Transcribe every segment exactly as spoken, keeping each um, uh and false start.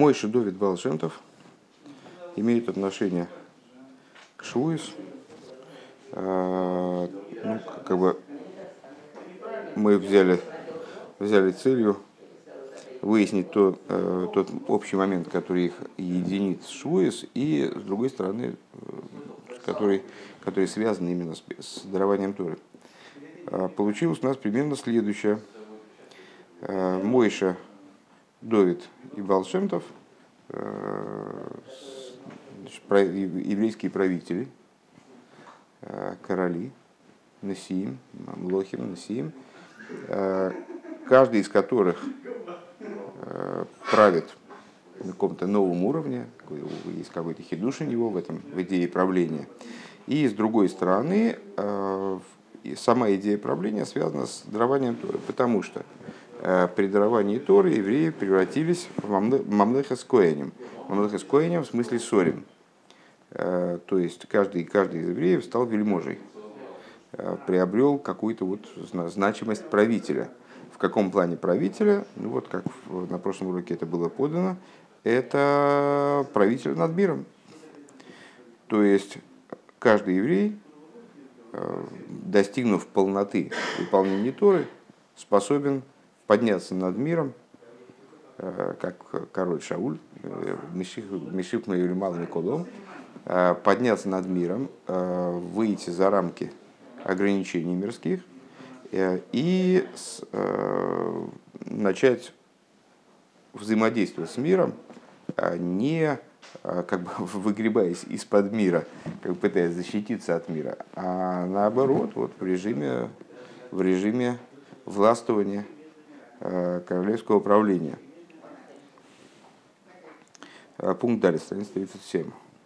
Мойше Довид Баал Шем Тов имеет отношение к Швуис. Ну, как бы мы взяли, взяли целью выяснить тот, тот общий момент, который их единит с Швуис, и, с другой стороны, который, который связан именно с, с дарованием Торы. Получилось у нас примерно следующее. Мойша Довид и Баал Шем Тов, еврейские правители, короли, Несиим, Млохим, Несиим, каждый из которых правит на каком-то новом уровне, есть какой-то хидуш у него в этом, в идее правления. И с другой стороны, сама идея правления связана с дарованием Торы, потому что при даровании Торы евреи превратились в мамлехес коэним. Мамлехес коэним в смысле сорим. То есть каждый, каждый из евреев стал вельможей, приобрел какую-то вот значимость правителя. В каком плане правителя? Ну вот как на прошлом уроке это было подано, это правитель над миром. То есть каждый еврей, достигнув полноты выполнения Торы, способен подняться над миром, как король Шауль, Миших Маюлимал Миколом, подняться над миром, выйти за рамки ограничений мирских и начать взаимодействовать с миром, не как бы выгребаясь из-под мира, как бы пытаясь защититься от мира, а наоборот, вот в режиме, в режиме властвования королевского правления. Пункт далее, страница тридцать семь.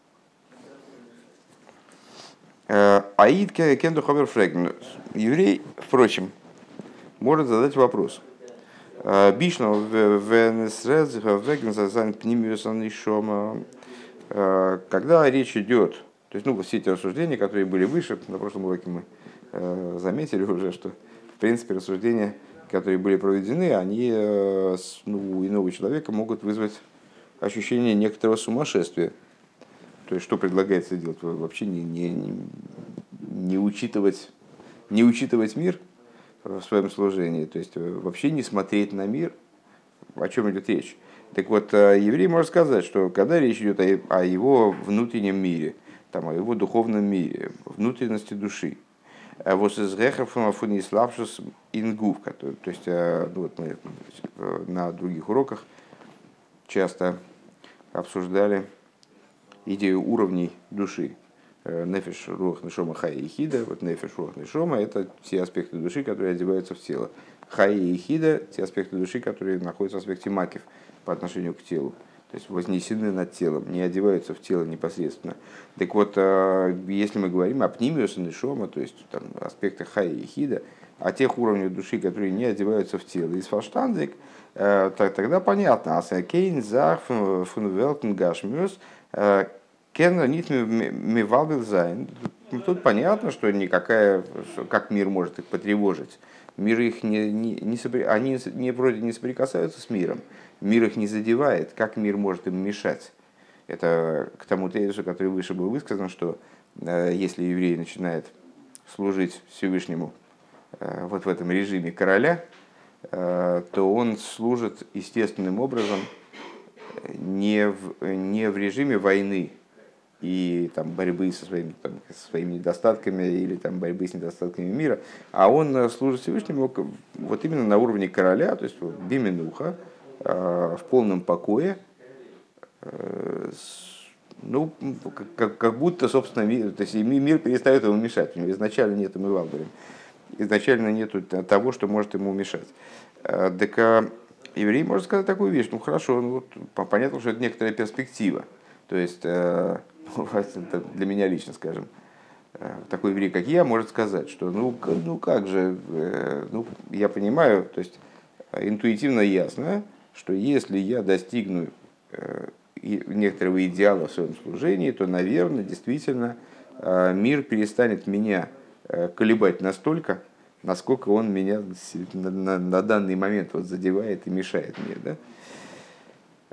Аид кенду хавер фреген. Еврей, впрочем, может задать вопрос. Бишно венесрезиха веген зазайн пнимиусан ишома. Когда речь идет, то есть, ну, все эти рассуждения, которые были выше, на прошлом уроке мы заметили уже, что, в принципе, рассуждения, которые были проведены, они, ну, у иного человека могут вызвать ощущение некоторого сумасшествия. То есть, что предлагается делать? Вообще не, не, не, не, учитывать, не учитывать мир в своем служении, то есть вообще не смотреть на мир, о чем идет речь. Так вот, еврей может сказать, что когда речь идет о, о его внутреннем мире, там, о его духовном мире, внутренности души, вот из гехов фуниславшус ингув, то есть, ну, вот мы на других уроках часто обсуждали идею уровней души. Нефеш, руах, нешома, хая и хида. Вот нефеш, руах, нешома — это те аспекты души, которые одеваются в тело. Хая и хида — те аспекты души, которые находятся в аспекте макив по отношению к телу. То есть вознесены над телом, не одеваются в тело непосредственно. Так вот, если мы говорим о пнимиус и нешома, то есть там, аспектах хая и хида, о тех уровнях души, которые не одеваются в тело, из фаштандик, тогда понятно. Кейн зах фунвелтен гашмиус кен нит мивалбил зайн. Тут понятно, что никакая, как мир может их потревожить. Мир их не, не, не сопри... они не, вроде не соприкасаются с миром. Мир их не задевает. Как мир может им мешать? Это к тому тезису, который выше был высказан, что э, если еврей начинает служить Всевышнему э, вот в этом режиме короля, э, то он служит естественным образом не в, не в режиме войны и там, борьбы со своими, там, со своими недостатками или там, борьбы с недостатками мира, а он служит Всевышнему вот именно на уровне короля, то есть бименуха, в полном покое, ну, как, как будто, собственно, мир, то есть мир перестает ему мешать. У него изначально нет мивалбарим, изначально нет того, что может ему мешать. Так еврей может сказать такую вещь: ну хорошо, ну, вот, понятно, что это некоторая перспектива. То есть для меня лично, скажем, такой еврей, как я, может сказать, что ну, ну как же, ну, я понимаю, то есть интуитивно ясно, что если я достигну некоторого идеала в своем служении, то, наверное, действительно мир перестанет меня колебать настолько, насколько он меня на, на, на данный момент вот задевает и мешает мне. Да?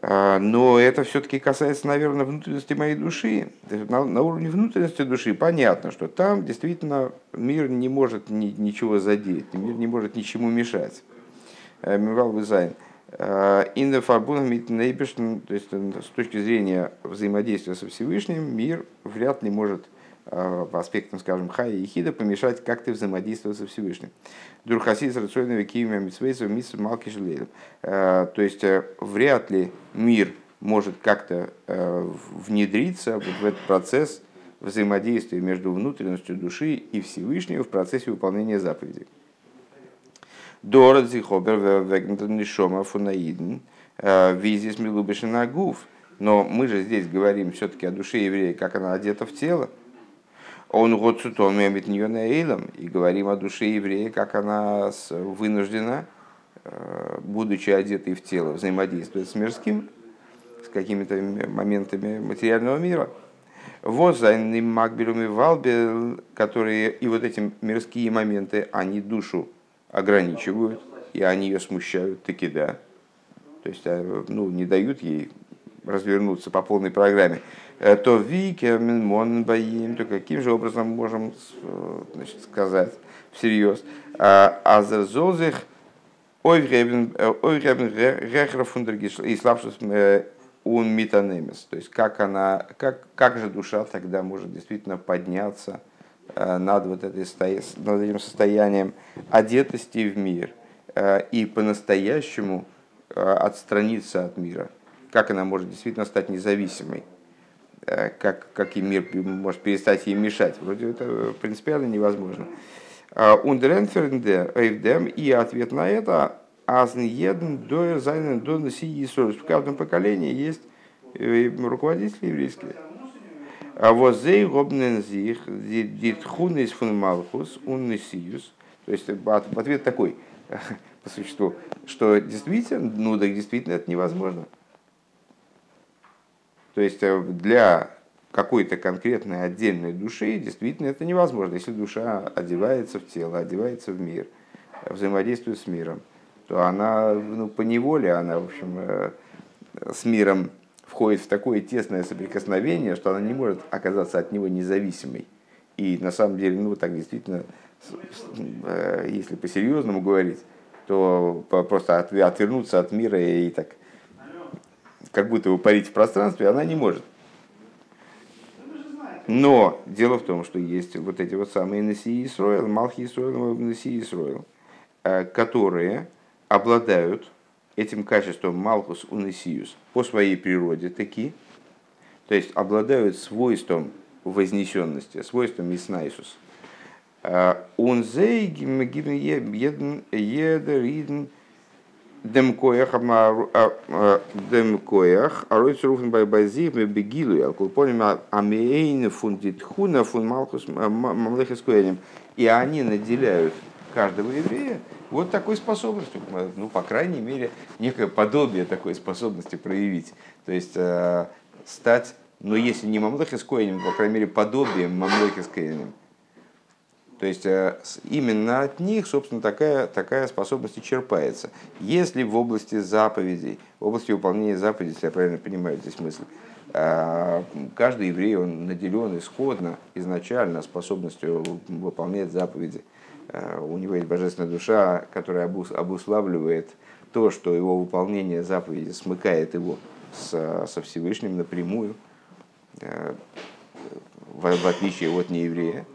Но это все-таки касается, наверное, внутренности моей души. На, на уровне внутренности души понятно, что там действительно мир не может ни, ничего задеть, мир не может ничему мешать. Мивал Визайн. Инда фарбунах мит нейбешн, то есть с точки зрения взаимодействия со Всевышним, мир вряд ли может по аспектам, скажем, хая и хида помешать как-то взаимодействовать со Всевышним. Дурхасис рационного киевия митсвейсов митсв малки жилеев. То есть вряд ли мир может как-то внедриться вот в этот процесс взаимодействия между внутренностью души и Всевышним в процессе выполнения заповедей. Дорот зихобер вегнтонишома фунаиден визис милубешинагув. Но мы же здесь говорим все-таки о душе еврея, как она одета в тело. Он год сутон мемит ньонейлом, и говорим о душе еврея, как она вынуждена, будучи одетой в тело, взаимодействовать с мирским, с какими-то моментами материального мира. Вот за ним макбелюми валбел, которые и вот эти мирские моменты, они душу ограничивают, и они ее смущают, таки да. То есть, ну, не дают ей развернуться по полной программе. То викемен мон боим, то каким же образом можем, значит, сказать всерьез. Азерзозих ойгребен рехра фундергиш и слабшус он митанемес. То есть, как она, как, как же душа тогда может действительно подняться над вот этой, над этим состоянием одетости в мир и по-настоящему отстраниться от мира. Как она может действительно стать независимой, как, как и мир может перестать ей мешать. Вроде это принципиально невозможно. И ответ на это в каждом поколении есть руководители еврейские. А вот зей гобнен зих дитхунис фун малхус уннесиюс. То есть ответ такой, по существу, что действительно, ну да, действительно это невозможно. То есть для какой-то конкретной отдельной души действительно это невозможно. Если душа одевается в тело, одевается в мир, взаимодействует с миром, то она, ну, поневоле, она, в общем, с миром входит в такое тесное соприкосновение, что она не может оказаться от него независимой. И на самом деле, ну, так действительно, если по-серьезному говорить, то просто отвернуться от мира и так, как будто его парить в пространстве, она не может. Но дело в том, что есть вот эти вот самые Несии Исроэл, Малхи Исроэл, Несии Исроэл, которые обладают этим качеством Малхус Унесиус по своей природе таки, то есть обладают свойством вознесенности, свойством Иснайсус. Он зей гибн еден демкоях демкоях а ройцеруфен байбазив бегилу алкулпоним амейн фундит хуна фун Малхус мамлехискоенем. И они наделяют каждого еврея вот такой способностью, ну, по крайней мере, некое подобие такой способности проявить. То есть э, стать, ну, если не мамлехи с коэнем, по крайней мере, подобием мамлехи с коэнем. То есть э, именно от них, собственно, такая, такая способность и черпается. Если в области заповедей, в области выполнения заповедей, если я правильно понимаю здесь мысль, э, каждый еврей, он наделен исходно, изначально способностью выполнять заповеди. У него есть божественная душа, которая обуславливает то, что его выполнение заповеди смыкает его с, со Всевышним напрямую, в, в отличие от нееврея.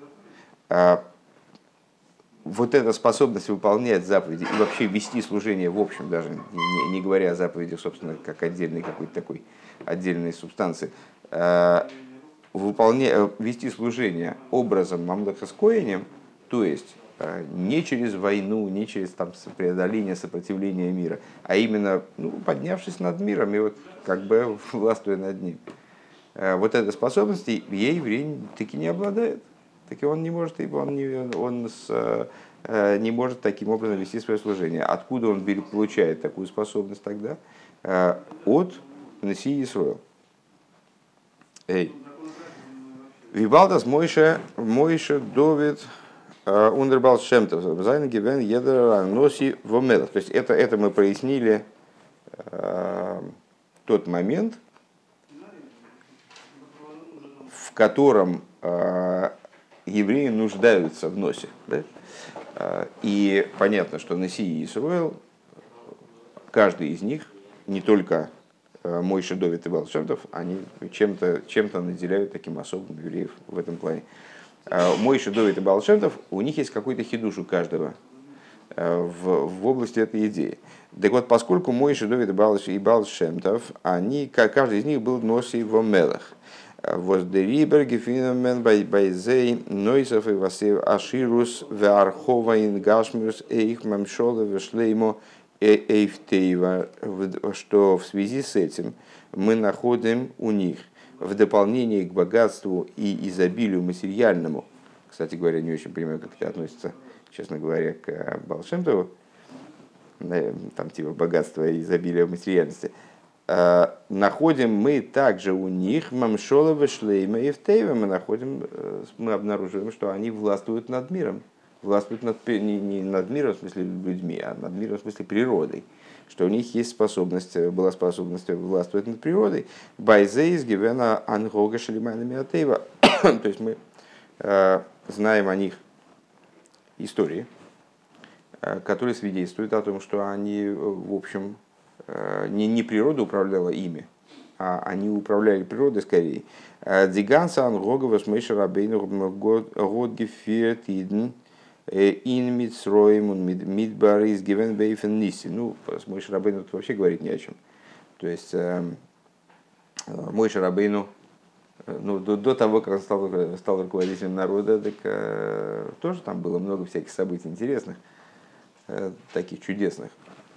Вот эта способность выполнять заповеди и вообще вести служение в общем, даже не, не говоря о заповедях, собственно, как отдельной какой-то такой отдельной субстанции, выполня, вести служение образом Мамлеха с Коэнем, то есть не через войну, не через там, преодоление сопротивления мира, а именно, ну, поднявшись над миром и вот как бы властвуя над ним. Вот этой способности ей еврей таки не обладает. Таки он не может, он не, он с, не может таким образом вести свое служение. Откуда он получает такую способность тогда? От Несии Исроэл. Эй. Вибалдас Мойша, Мойша Довид Ундербал Шемтов, Зайн Гивен Едер Носи Вомелах. То есть это, это мы прояснили тот момент, в котором э, евреи нуждаются в носе. Да? И понятно, что Неси и Исруэл, каждый из них, не только Мойше, Довид и Баал Шем Тов, они чем-то, чем-то наделяют таким особым евреев в этом плане. Мойше, Довид и Баал Шем Тов, у них есть какой-то хидуш у каждого в, в области этой идеи. Так вот, поскольку Мойше, Довид и Баал Шем Тов, они, каждый из них был Носи во Мелах. Воздерибер гефиномен байзей нойсов и васев аширус веархова ингашмирус эйх мамшола вешлеймо эйфтейва, что в связи с этим мы находим у них в дополнение к богатству и изобилию материальному, кстати говоря, не очень понимаю, как это относится, честно говоря, к Баал Шем Тову, там типа богатство и изобилие материальности, находим мы также у них мамшола шлейма и втейва, мы находим, мы обнаруживаем, что они властвуют над миром, властвуют над, не, не над миром в смысле людьми, а над миром в смысле природой, что у них есть способность, была способность властвовать над природой. Байзейс гивена ангога шелимайна миатейва, то есть мы э, знаем о них истории, э, которые свидетельствуют о том, что они, в общем, Не, не природа управляла ими, а они управляли природой скорее. Диганса ангогова смейша рабейну год гефирт иден ин митсроим он мидбар из гивен бейфен ниси. Ну, Мойше Рабейну тут вообще говорить не о чем. То есть Мойше Рабейну, ну, до, до того, как он стал, стал руководителем народа, так тоже там было много всяких событий интересных, таких чудесных.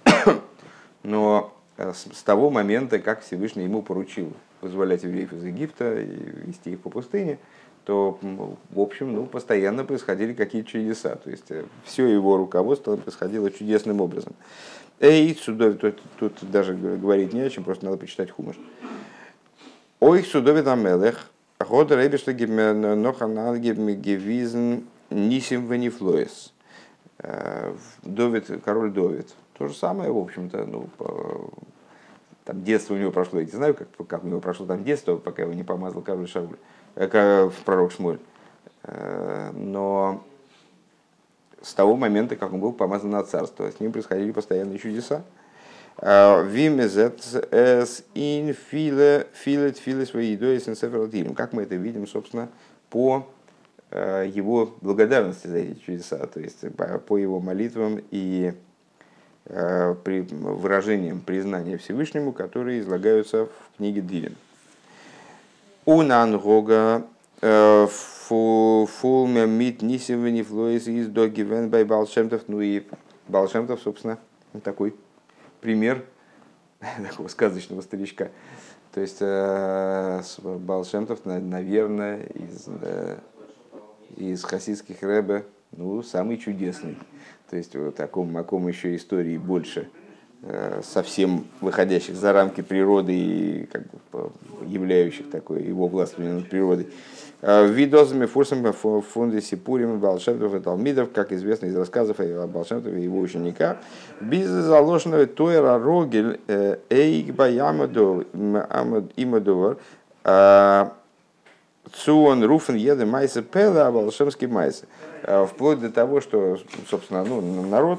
Но с того момента, как Всевышний ему поручил вызволять евреев из Египта и вести их по пустыне, то, в общем, ну, постоянно происходили какие-то чудеса. То есть все его руководство происходило чудесным образом. Эй, судови, тут, тут даже говорить не о чем, просто надо почитать хумаш. Ой, судови там мелех, года рейбешта ноханан гевизн нисим венифлоес. Довид, король Довид. То же самое, в общем-то, ну, там детство у него прошло, я не знаю, как, как у него прошло там детство, пока его не помазал король Шауль, э, пророк Шмуэль. Э, но с того момента, как он был помазан на царство, с ним происходили постоянные чудеса. Вимезет с инфиле филет филе своей едой сенсефералтирим. Как мы это видим, собственно, по его благодарности за эти чудеса, то есть по, по его молитвам и при выражением признания Всевышнему, которые излагаются в книге Дилем. Унангога фулме мит нисивени флоис из догивен бай Баал Шем Тов. Ну и Баал Шем Тов, собственно, такой пример такого сказочного старичка. То есть Баал Шем Тов, наверное, из, из хасидских рэбе, ну, самый чудесный. То есть вот о ком, о ком еще истории больше, совсем выходящих за рамки природы и как бы являющих такое его властвование над природой. Видозами фурсами фонде Сипурим Баал Шем Тов и Талмидов, как известно из рассказов о Баал Шем Тове и его учениках, без заложенного Тойра Рогель Эйк Баямадов Имадовар Цуон Руфен Еды Майса Пела Балшемский Майса. Вплоть до того, что, собственно, ну, народ,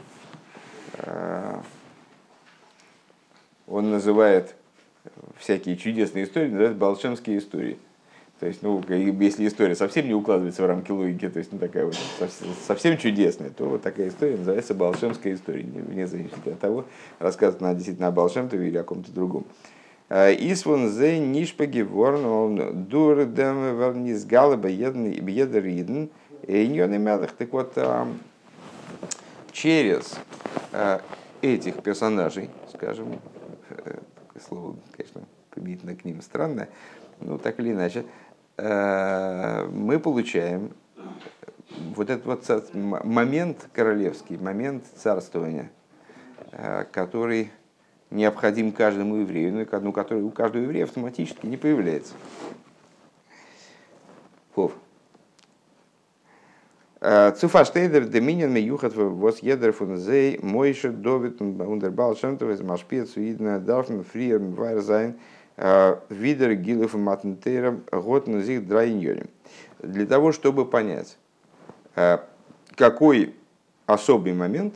он называет всякие чудесные истории, называет балшемские истории. То есть, ну, если история совсем не укладывается в рамки логики, то есть, ну, такая вот совсем чудесная, то вот такая история называется балшемская история, вне зависимости от того, рассказывает она действительно о Баал Шем Тове или о ком-то другом. Исвон зе нишпаги ворн дурдем вернис галаба едер иден иньон и мелых. Так вот, через этих персонажей, скажем, такое слово, конечно, применительно к ним странное, но так или иначе, мы получаем вот этот вот момент королевский, момент царствования, который необходим каждому еврею, но который у каждого еврея автоматически не появляется. Фов. Цуфаштейдер доминин меюхат вос едер фун зей мойше довит ундербал шемтов из машпец видно дарфен фриер вайр зайн видер гилов матнтером год на зих драйньорим. Для того, чтобы понять, какой особый момент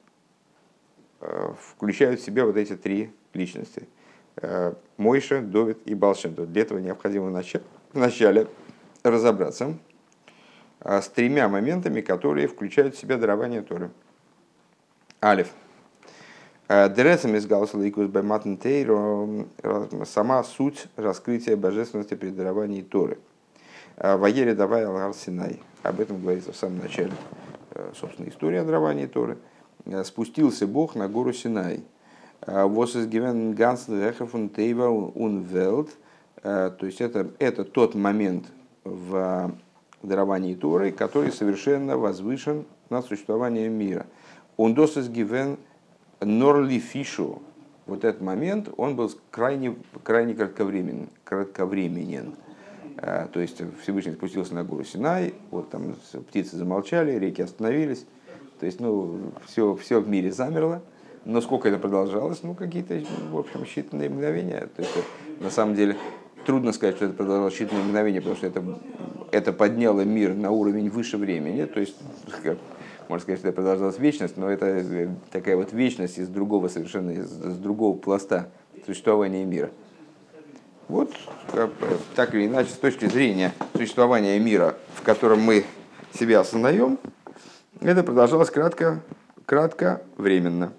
включают в себя вот эти три личности. Мойша, Довид и Баал Шем Тов. Для этого необходимо вначале разобраться с тремя моментами, которые включают в себя дарование Торы. Алиф. Дересам из Галсаликус Байматн Тейро, сама суть раскрытия божественности при даровании Торы. Ваере давай Алгар Синай. Об этом говорится в самом начале, собственно, история о даровании Торы. Спустился Бог на гору Синай. Was is given ganz von Teva und Welt. То есть это, это тот момент в даровании Торы, который совершенно возвышен над существованием мира. Он dos is given norli fishu. Вот этот момент, он был крайне, крайне кратковременен, кратковременен. То есть Всевышний спустился на гору Синай, вот там птицы замолчали, реки остановились. То есть, ну, все, все в мире замерло. Но сколько это продолжалось? Ну, какие-то, в общем, считанные мгновения. То есть, на самом деле, трудно сказать, что это продолжалось считанные мгновения, потому что это, это подняло мир на уровень выше времени. То есть, как, можно сказать, что это продолжалась вечность, но это такая вот вечность из другого совершенно, из, из другого пласта существования мира. Вот, так или иначе, с точки зрения существования мира, в котором мы себя осознаем, это продолжалось кратко, кратко временно.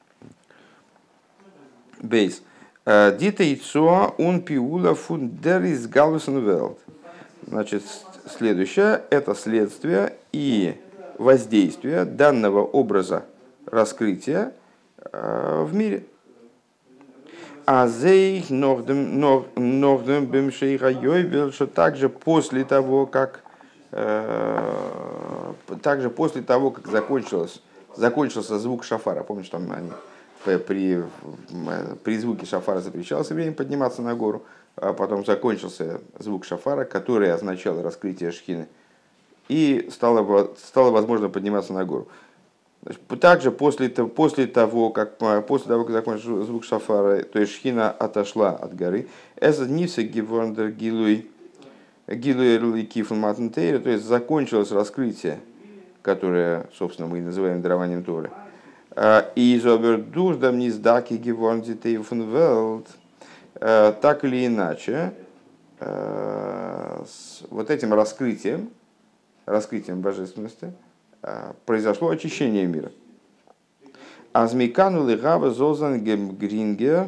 Бейс. Дита ицоа ун пиула фундерис галусен велт. Значит, следующее – это следствие и воздействие данного образа раскрытия в мире. А зейх нордем бемшейха йойбел, что также после того, как также после того, как закончилось, закончился звук шафара, помнишь, там они при, при звуке шафара запрещалось время подниматься на гору, а потом закончился звук шафара, который означал раскрытие шхины, и стало, стало возможно подниматься на гору. Значит, также после, после, того, как, после того, как закончился звук шафара, то есть шхина отошла от горы, это нисе гивондер гилуй гилуй кифн матнтейра, то есть закончилось раскрытие, которое, собственно, мы называем дарованием Торы. И изобердуш дам низдаки гивонди тейфн велт, так или иначе, с вот этим раскрытием, раскрытием божественности, произошло очищение мира. Азмикану лигава зозан грингер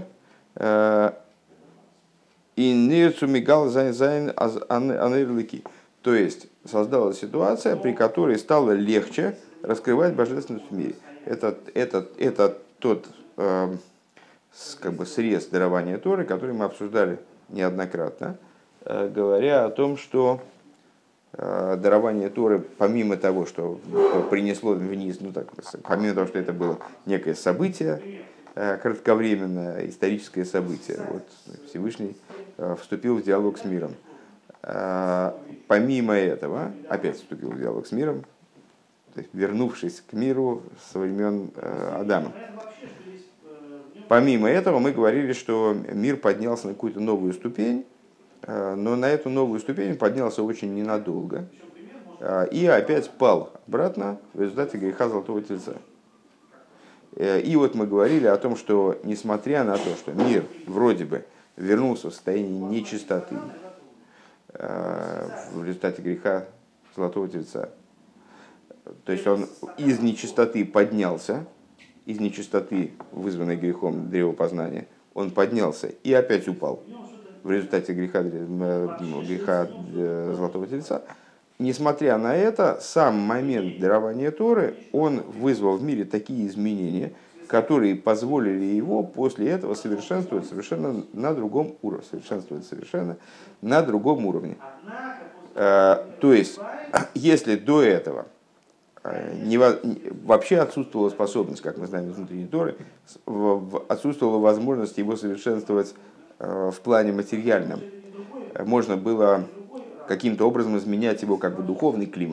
и нирцу мигал зайн анерлики. То есть создалась ситуация, при которой стало легче раскрывать божественность в мире. Это, это, это тот э, как бы срез дарования Торы, который мы обсуждали неоднократно, э, говоря о том, что э, дарование Торы, помимо того, что принесло вниз, ну так, помимо того, что это было некое событие, э, кратковременное историческое событие, вот, Всевышний э, вступил в диалог с миром. Э, помимо этого, опять вступил в диалог с миром, то есть, вернувшись к миру со времен э, Адама. Помимо этого, мы говорили, что мир поднялся на какую-то новую ступень, э, но на эту новую ступень поднялся очень ненадолго э, и опять пал обратно в результате греха Золотого Тельца. Э, и вот мы говорили о том, что несмотря на то, что мир вроде бы вернулся в состояние нечистоты э, в результате греха Золотого Тельца, то есть он из нечистоты поднялся, из нечистоты, вызванной грехом древопознания, он поднялся и опять упал в результате греха, греха Золотого Тельца. Несмотря на это, сам момент дарования Торы, он вызвал в мире такие изменения, которые позволили его после этого совершенствовать совершенно на другом уровне. Совершенствовать совершенно на другом уровне. То есть, если до этого Не, вообще отсутствовала способность, как мы знаем из внутренней Торы, отсутствовала возможность его совершенствовать в плане материальном. Можно было каким-то образом изменять его как бы духовный климат,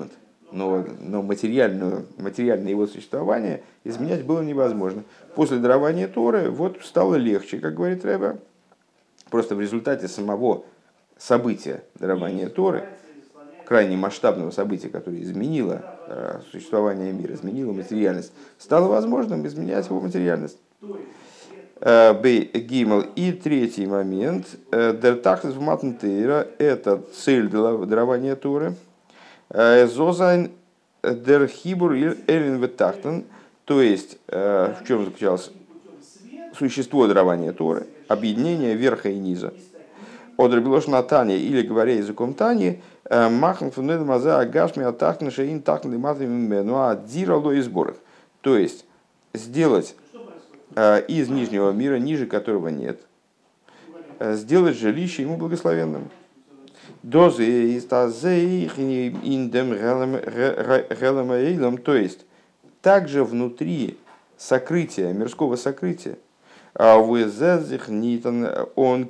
но, но материальную, материальное его существование изменять было невозможно. После дарования Торы вот стало легче, как говорит Ребе, просто в результате самого события дарования Торы, крайне масштабного события, которое изменило э, существование мира, изменило материальность, стало возможным изменять его материальность. Бей Гимл. И третий момент. Дер тахтес в матнтейра. Это цель дарования Торы. Зозайн дер хибур эллин ветахтен. То есть, в чем заключалось существо дарования Торы? Объединение верха и низа. Одр билош на Тане, или говоря языком Тани, махн фунед маза агашми атахтен шеин тахтен лиматами ну а дирало и сборах. То есть, сделать из нижнего мира, ниже которого нет, сделать жилище ему благословенным. Дозы из тазеих индем гелемаилом, то есть также внутри сокрытия, мирского сокрытия, он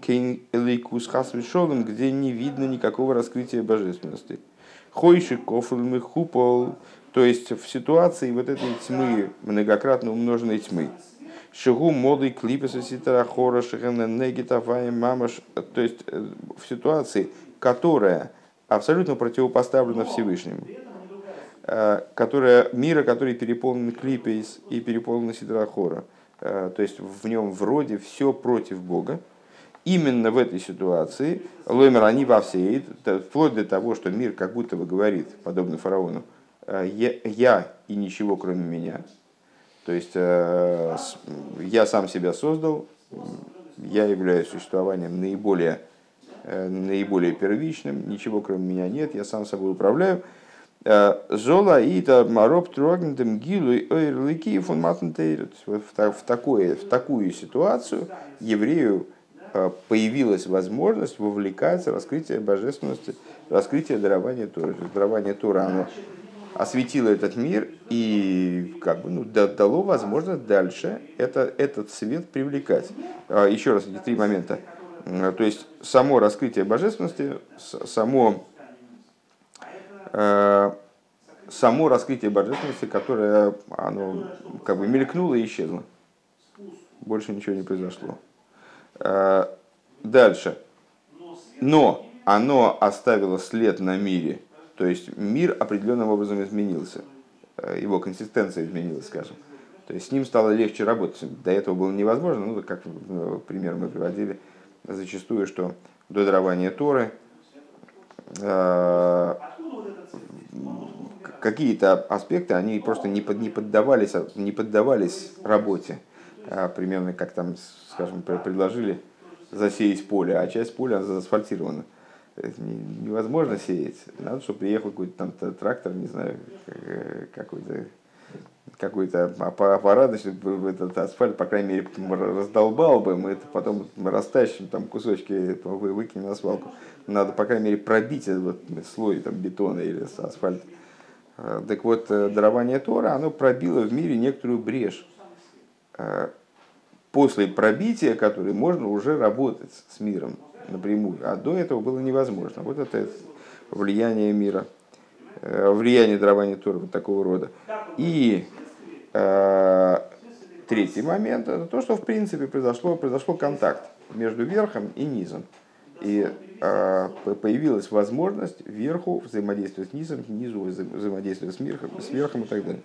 где не видно никакого раскрытия божественности. Хойши кофлмы хупол, то есть в ситуации вот этой тьмы, многократно умноженной тьмы. Шигу моды клипеса ситара хора шигена негитавая мамаш, то есть в ситуации, которая абсолютно противопоставлена Всевышнему, которая, мира, который переполнен клипейс и переполнен ситара хора, то есть в нем вроде все против Бога. Именно в этой ситуации лоймер они во всей, вплоть до того, что мир как будто бы говорит, подобно фараону, я, я и ничего кроме меня. То есть я сам себя создал, я являюсь существованием наиболее, наиболее первичным, ничего кроме меня нет, я сам собой управляю. Зола и мароб трогнутым гилу и ойрлыки фон матнтейр. В такую ситуацию еврею появилась возможность вовлекаться в раскрытие божественности, раскрытие дарования Торы. Дарование Торы, оно осветило этот мир и как бы, ну, дало возможность дальше это, этот свет привлекать. Еще раз, эти три момента. То есть само раскрытие божественности, само, само раскрытие божественности, которое оно как бы мелькнуло и исчезло. Больше ничего не произошло. Дальше. Но оно оставило след на мире. То есть мир определенным образом изменился. Его консистенция изменилась, скажем. То есть с ним стало легче работать. До этого было невозможно. Ну, как пример мы приводили зачастую, что до дарования Торы э, какие-то аспекты они просто не, под, не, поддавались, не поддавались работе. А, примерно как там, скажем, предложили засеять поле, а часть поля заасфальтирована. Невозможно сеять. Надо, чтобы приехал какой-то там трактор, не знаю, какой-то какой-то аппарат, чтобы этот асфальт, по крайней мере, раздолбал бы, мы это потом растащим, там кусочки выкинем на свалку. Надо, по крайней мере, пробить этот слой там, бетона или асфальта. Так вот, дарование Тора, оно пробило в мире некоторую брешь, после пробития которой можно уже работать с миром напрямую, а до этого было невозможно. Вот это влияние мира, влияние дарования Торы вот такого рода. И э, третий момент, это то, что в принципе произошло, произошел контакт между верхом и низом. И э, появилась возможность верху взаимодействовать с низом, низу взаимодействовать с, мирхом, с верхом и так далее.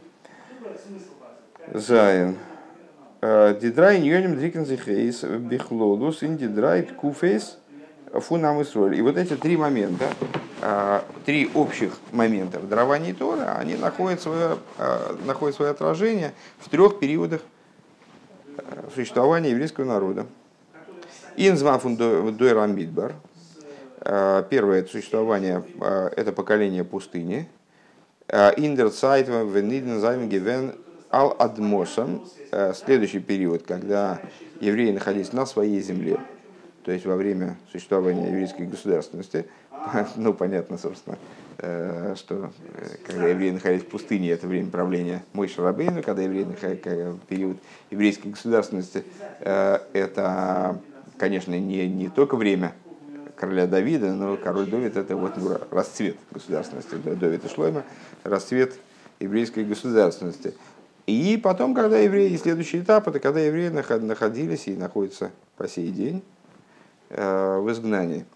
Зайн. Дидрай ньоним дрикензихейс бихлодус индидрайт куфейс фунам исроль. И вот эти три момента, три общих момента в даровании Торы, они находят свое, находят свое отражение в трех периодах существования еврейского народа. Инзван фун дойрам мидбар. Первое это существование, это поколение пустыни. Индер цайт вениден займ гивен ал адмосом. Следующий период, когда евреи находились на своей земле, то есть во время существования еврейской государственности. Ну, понятно, собственно, что когда евреи находились в пустыне, это время правления Моше Рабейну, когда евреи находились в период еврейской государственности, это, конечно, не, не только время, короля Давида, но король Давид это вот ну, расцвет государственности, Давид и Шлойма, расцвет еврейской государственности. И потом, когда евреи, следующий этап, это когда евреи находились и находятся по сей день э, в изгнании.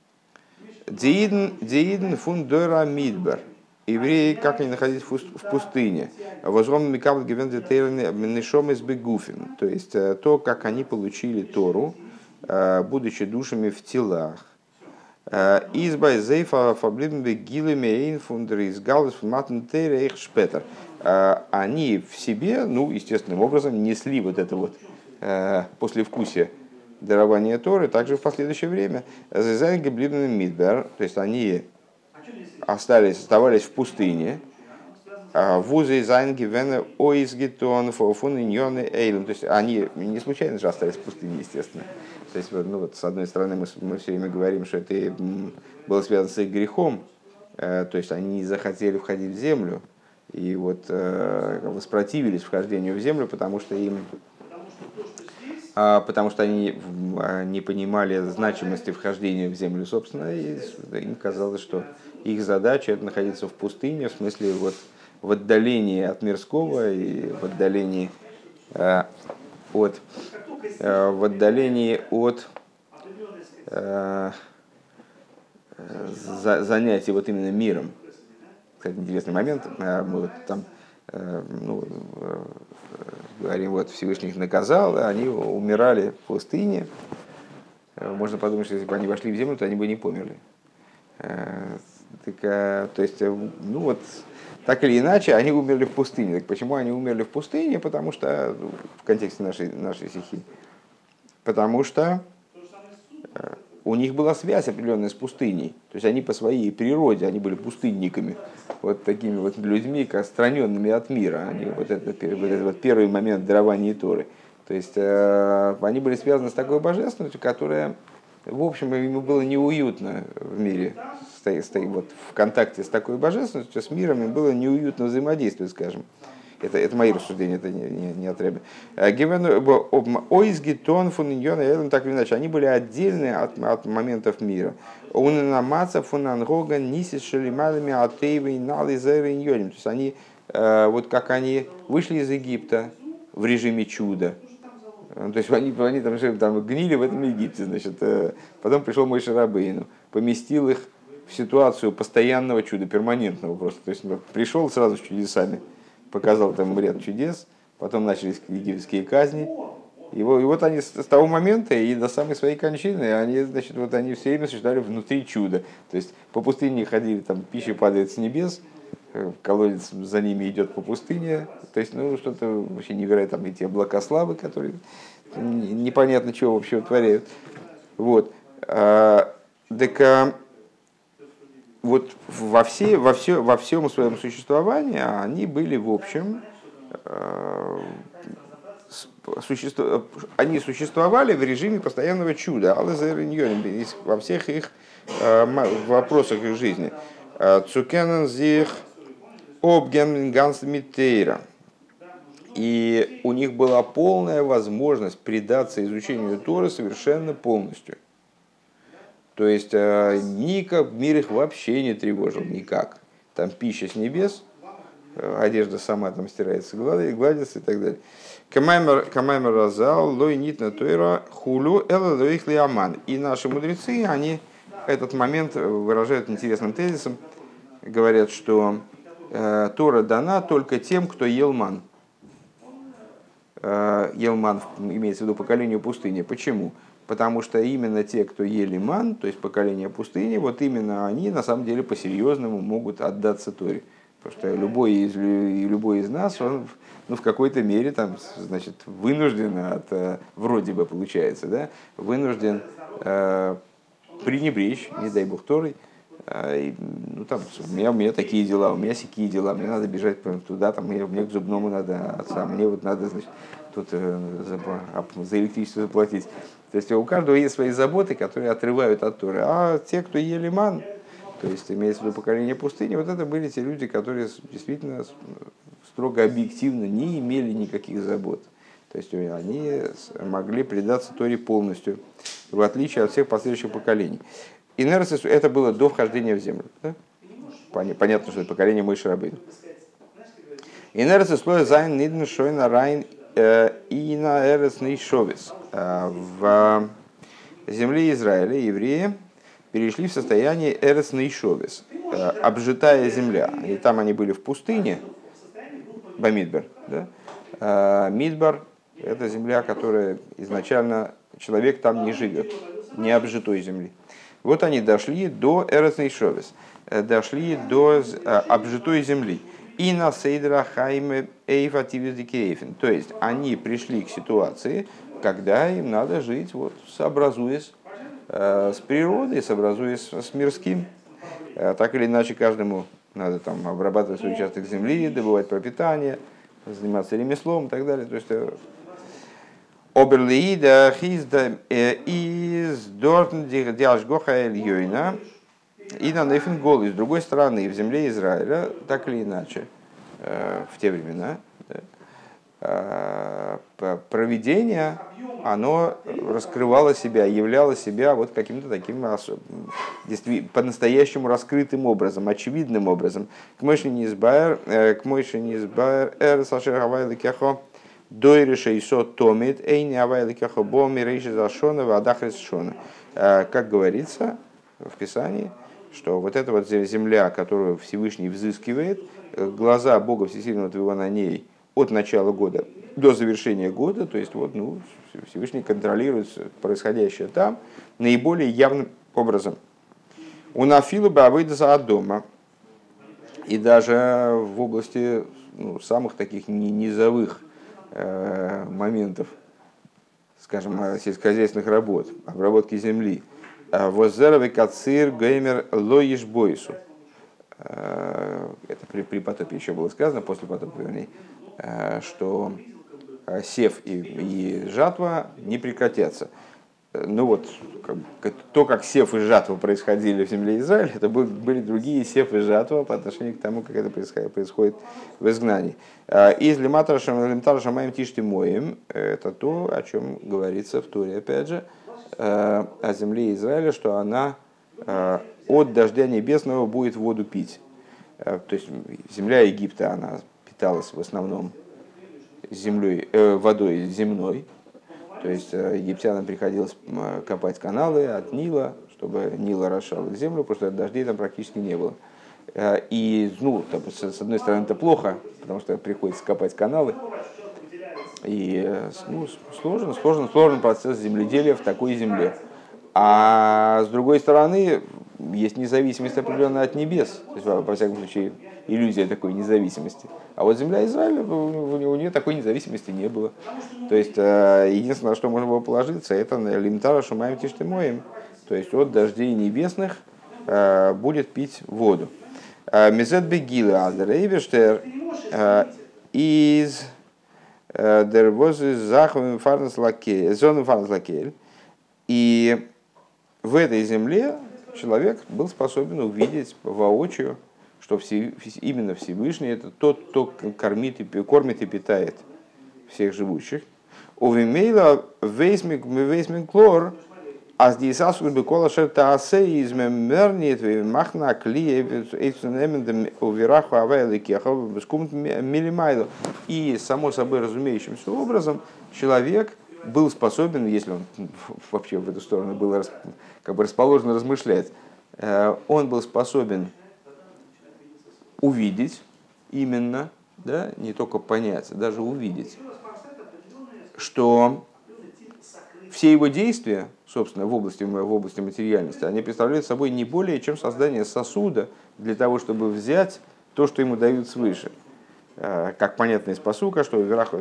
Диидн фун дойра мидбар. Евреи, как они находились в пустыне. Возром микабл гивен нишом из бегуфин. То есть то, как они получили Тору, будучи душами в телах. Избай зейфа фаблибн бегилами эйн фундер из галус матн тейре их шпетер. Они в себе, ну, естественным образом, несли вот это вот послевкусие дарования Торы также в последующее время. Зайзайн геблибн мидбар. То есть они остались, оставались в пустыне. Вузы зайнгивены оизгитон фофун иньоны эйлен. То есть они не случайно же остались в пустыне, естественно. То есть, ну, вот, с одной стороны, мы, мы все время говорим, что это было связано с их грехом. То есть они не захотели входить в землю и вот воспротивились вхождению в землю, потому что им потому что они не понимали значимости вхождения в землю, собственно, и им казалось, что их задача это находиться в пустыне, в смысле вот в отдалении от мирского и в отдалении э, от э, в отдалении от э, за, занятий вот именно миром. Кстати, интересный момент. Мы вот там э, ну, э, говорим, вот Всевышний их наказал, они умирали в пустыне. Можно подумать, что если бы они вошли в землю, то они бы не померли. Э, так, э, то есть, ну вот. Так или иначе, они умерли в пустыне. Так почему они умерли в пустыне? Потому что, ну, в контексте нашей, нашей стихи, потому что э, у них была связь определенная с пустыней. То есть они по своей природе, они были пустынниками, вот такими вот людьми, как отстраненными от мира. Они, вот, это, вот этот вот первый момент дарования Торы. То есть э, они были связаны с такой божественностью, которая, в общем, ему было неуютно в мире. Вот, в контакте с такой божественностью, с миром, им было неуютно взаимодействовать, скажем. Это, это мои рассуждения, это не, не, не от Ребе. Ойзгитон фуниньон, так или иначе, они были отдельны от, от моментов мира. Он намаца фунангога нисис шелималами атеевой нализеры иньоним. То есть они, вот как они вышли из Египта в режиме чуда. То есть они, они там, там гнили в этом Египте, значит. Потом пришел Моше Рабейну, поместил их в ситуацию постоянного чуда, перманентного просто. То есть пришел сразу с чудесами, показал там ряд чудес, потом начались египетские казни. И вот, и вот они с того момента и до самой своей кончины, они, значит, вот они все время существовали внутри чуда. То есть по пустыне ходили, там пища падает с небес, колодец за ними идет по пустыне. То есть, ну, что-то вообще невероятно, там эти облака славы, которые непонятно чего вообще творяют. Вот. Так вот во, все, во, все, во всем своем существовании они были, в общем, э, существо, они существовали в режиме постоянного чуда, во всех их э, вопросах их жизни. Цукенен зих обген ганс митейра. И у них была полная возможность предаться изучению Торы совершенно полностью. То есть никак мир их вообще не тревожил, никак. Там пища с небес, одежда сама там стирается, гладится и так далее. Камаймер разал, лой нит на тойра, хулю, эла лоих лиаман. И наши мудрецы, они этот момент выражают интересным тезисом. Говорят, что э, Тора дана только тем, кто ел ман. Э, ел ман, имеется в виду поколению пустыни. Почему? Потому что именно те, кто ели ман, то есть поколение пустыни, вот именно они на самом деле по-серьезному могут отдаться Торе. Потому что любой из, любой из нас, он ну, в какой-то мере там, значит, вынужден, от, вроде бы получается, да, вынужден э, пренебречь, не дай бог, Торой. Э, ну, там, у, меня, у меня такие дела, у меня сякие дела, мне надо бежать туда, там, мне, мне к зубному надо отца, мне вот надо, значит, тут э, за, за электричество заплатить. То есть у каждого есть свои заботы, которые отрывают от Торы. А те, кто ели ман, то есть имеется в виду поколение пустыни, вот это были те люди, которые действительно строго объективно не имели никаких забот. То есть они могли предаться Торе полностью. в отличие от всех последующих поколений. Инерс это было до вхождения в землю. Да? Понятно, что это поколение Моше Рабейну. Инерс слоя зайн нидн шойна райн и на эрес нейшовис. В земле Израиля евреи перешли в состояние эрес нейшовис, обжитая земля. И там они были в пустыне, Бамидбар. Да? Мидбар — это земля, которая изначально человек там не живет, не обжитой земли. Вот они дошли до эрес нейшовис, дошли до обжитой земли. И на сейдра хайме эйфативис дикейфен. То есть они пришли к ситуации, когда им надо жить, вот, сообразуясь э, с природой, сообразуясь с мирским. Э, так или иначе, каждому надо там обрабатывать свой участок земли, добывать пропитание, заниматься ремеслом и так далее. То есть оберлиида хизда из дортн диашгоха эльёйна. И на Нефин гол, и с другой стороны, в земле Израиля, так или иначе, в те времена, да, провидение, оно раскрывало себя, являло себя вот каким-то таким по-настоящему раскрытым образом, очевидным образом. К мойши не избавер, к мойши не избавер, эр сашер хавай лекехо, дойреше исо томит, эй не хавай лекехо, бо мирейши зашона, вадахрис шона. Как говорится в Писании, что вот эта вот земля, которую Всевышний взыскивает, глаза Бога Всесильного Твоего на ней от начала года до завершения года, то есть вот, ну, Всевышний контролирует происходящее там наиболее явным образом. У нафилу бы авыдаса от дома, и даже в области, ну, самых таких низовых э, моментов, скажем, сельскохозяйственных работ, обработки земли, воззеровый кацир геймер лоиш бойсу. Это при, при потопе еще было сказано, после потопа, вернее, что сев и, и жатва не прекратятся. Ну вот, как, то, как сев и жатва происходили в земле Израиля, это были другие сев и жатва по отношению к тому, как это происходит, происходит в изгнании. Из лиматара шамаем тишти моем, это то, о чем говорится в Торе, опять же, о земле Израиля, что она от дождя небесного будет воду пить. То есть земля Египта, она питалась в основном землей, э, водой земной. То есть египтянам приходилось копать каналы от Нила, чтобы Нил орошал землю, потому что дождей там практически не было. И, ну, там, с одной стороны, это плохо, потому что приходится копать каналы. И, ну, сложен, сложен, сложен процесс земледелия в такой земле. А с другой стороны, есть независимость определенная от небес. То есть, во, во всяком случае, иллюзия такой независимости. А вот земля Израиля, у, у нее такой независимости не было. То есть, единственное, на что можно было положиться, это на лимтара шумаем тиштемоем. То есть, от дождей небесных будет пить воду. Мезет бегила азерейбештер из... Der was Захвен Фарнес Лакель. И в этой земле человек был способен увидеть воочию, что все, именно Всевышний это тот, кто кормит и, кормит и питает всех живущих. Увимейла вейсмин клор, а здесь асуд бекола шерта асе измем мернит махна клие эйцунемендем увераху авайликехов бескумт милимайло. И само собой разумеющимся образом человек был способен, если он вообще в эту сторону был как бы расположен размышлять, он был способен увидеть именно, да, не только понять, а даже увидеть, что все его действия, собственно, в области, в области материальности, они представляют собой не более чем создание сосуда для того, чтобы взять то, что ему дают свыше. Как понятно из пасука, что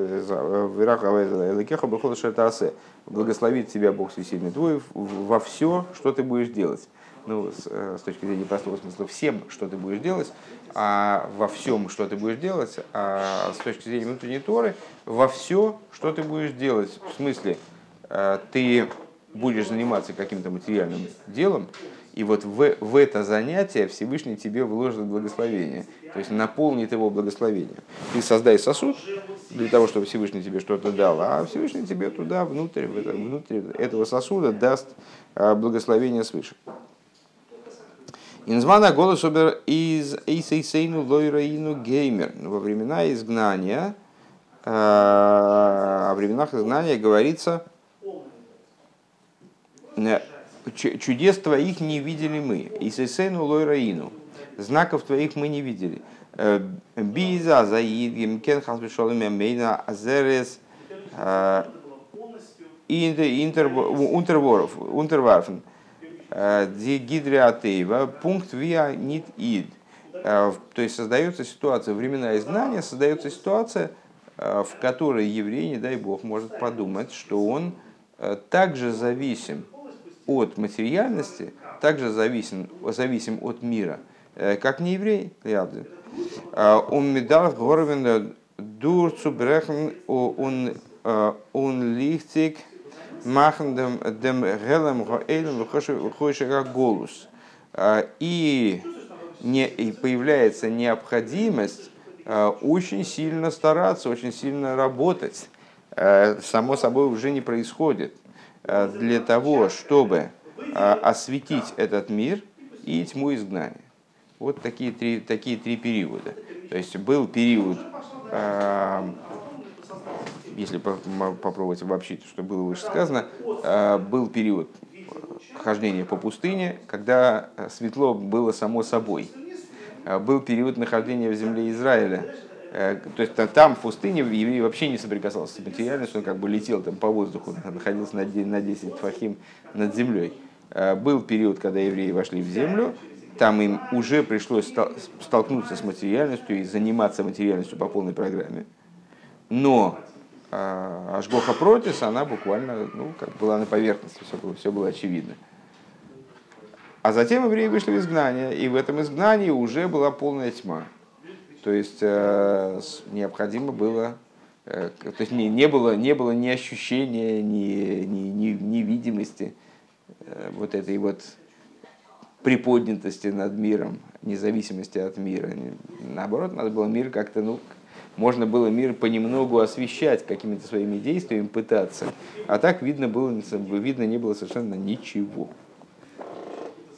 благословит тебя Бог Всесильный твой во все, что ты будешь делать. Ну, с, с точки зрения простого смысла, всем, что ты будешь делать, а во всем, что ты будешь делать, а с точки зрения внутренней Торы, во все, что ты будешь делать. В смысле, ты будешь заниматься каким-то материальным делом, и вот в, в это занятие Всевышний тебе вложит благословение, то есть наполнит его благословением. Ты создай сосуд, для того, чтобы Всевышний тебе что-то дал, а Всевышний тебе туда, внутрь, в это, внутрь этого сосуда даст благословение свыше. Инзмана голос обер из эйсейсейну лойраину геймер. Во времена изгнания, о временах изгнания говорится, чудес твоих не видели мы. Эйсейсейну лойраину. Знаков твоих мы не видели. Биза заидгим кен хасбешолым мейна азерес интерворов унтерварфен. Ди гидриатеева пункт виа нит ид. То есть создается ситуация, времена изгнания, создается ситуация, в которой еврей, не дай бог, может подумать, что он также зависим от материальности, также зависим, зависим от мира, как не еврей. Он медал горвен дурцу брехен он лихтик machen dem dem gelem goelem хойшега голос. И не и появляется необходимость очень сильно стараться, очень сильно работать. Само собой уже не происходит для того, чтобы осветить этот мир и тьму изгнания. Вот такие три, такие три периода. То есть был период, если попробовать обобщить, что было выше сказано, был период хождения по пустыне, когда светло было само собой. Был период нахождения в земле Израиля. То есть там в пустыне еврей вообще не соприкасался с материальностью, он как бы летел там по воздуху, находился на десять тфахим над землей. Был период, когда евреи вошли в землю, там им уже пришлось столкнуться с материальностью и заниматься материальностью по полной программе. Но Ашгоха Протис, она буквально ну, как была на поверхности, все было, все было очевидно. А затем евреи вышли в изгнание, и в этом изгнании уже была полная тьма. То есть э, необходимо было, э, то есть не, не, было, не было ни ощущения, ни, ни, ни, ни видимости э, вот этой вот приподнятости над миром, независимости от мира. Наоборот, надо было мир как-то, ну, можно было мир понемногу освещать какими-то своими действиями, пытаться. А так видно, было, видно не было совершенно ничего.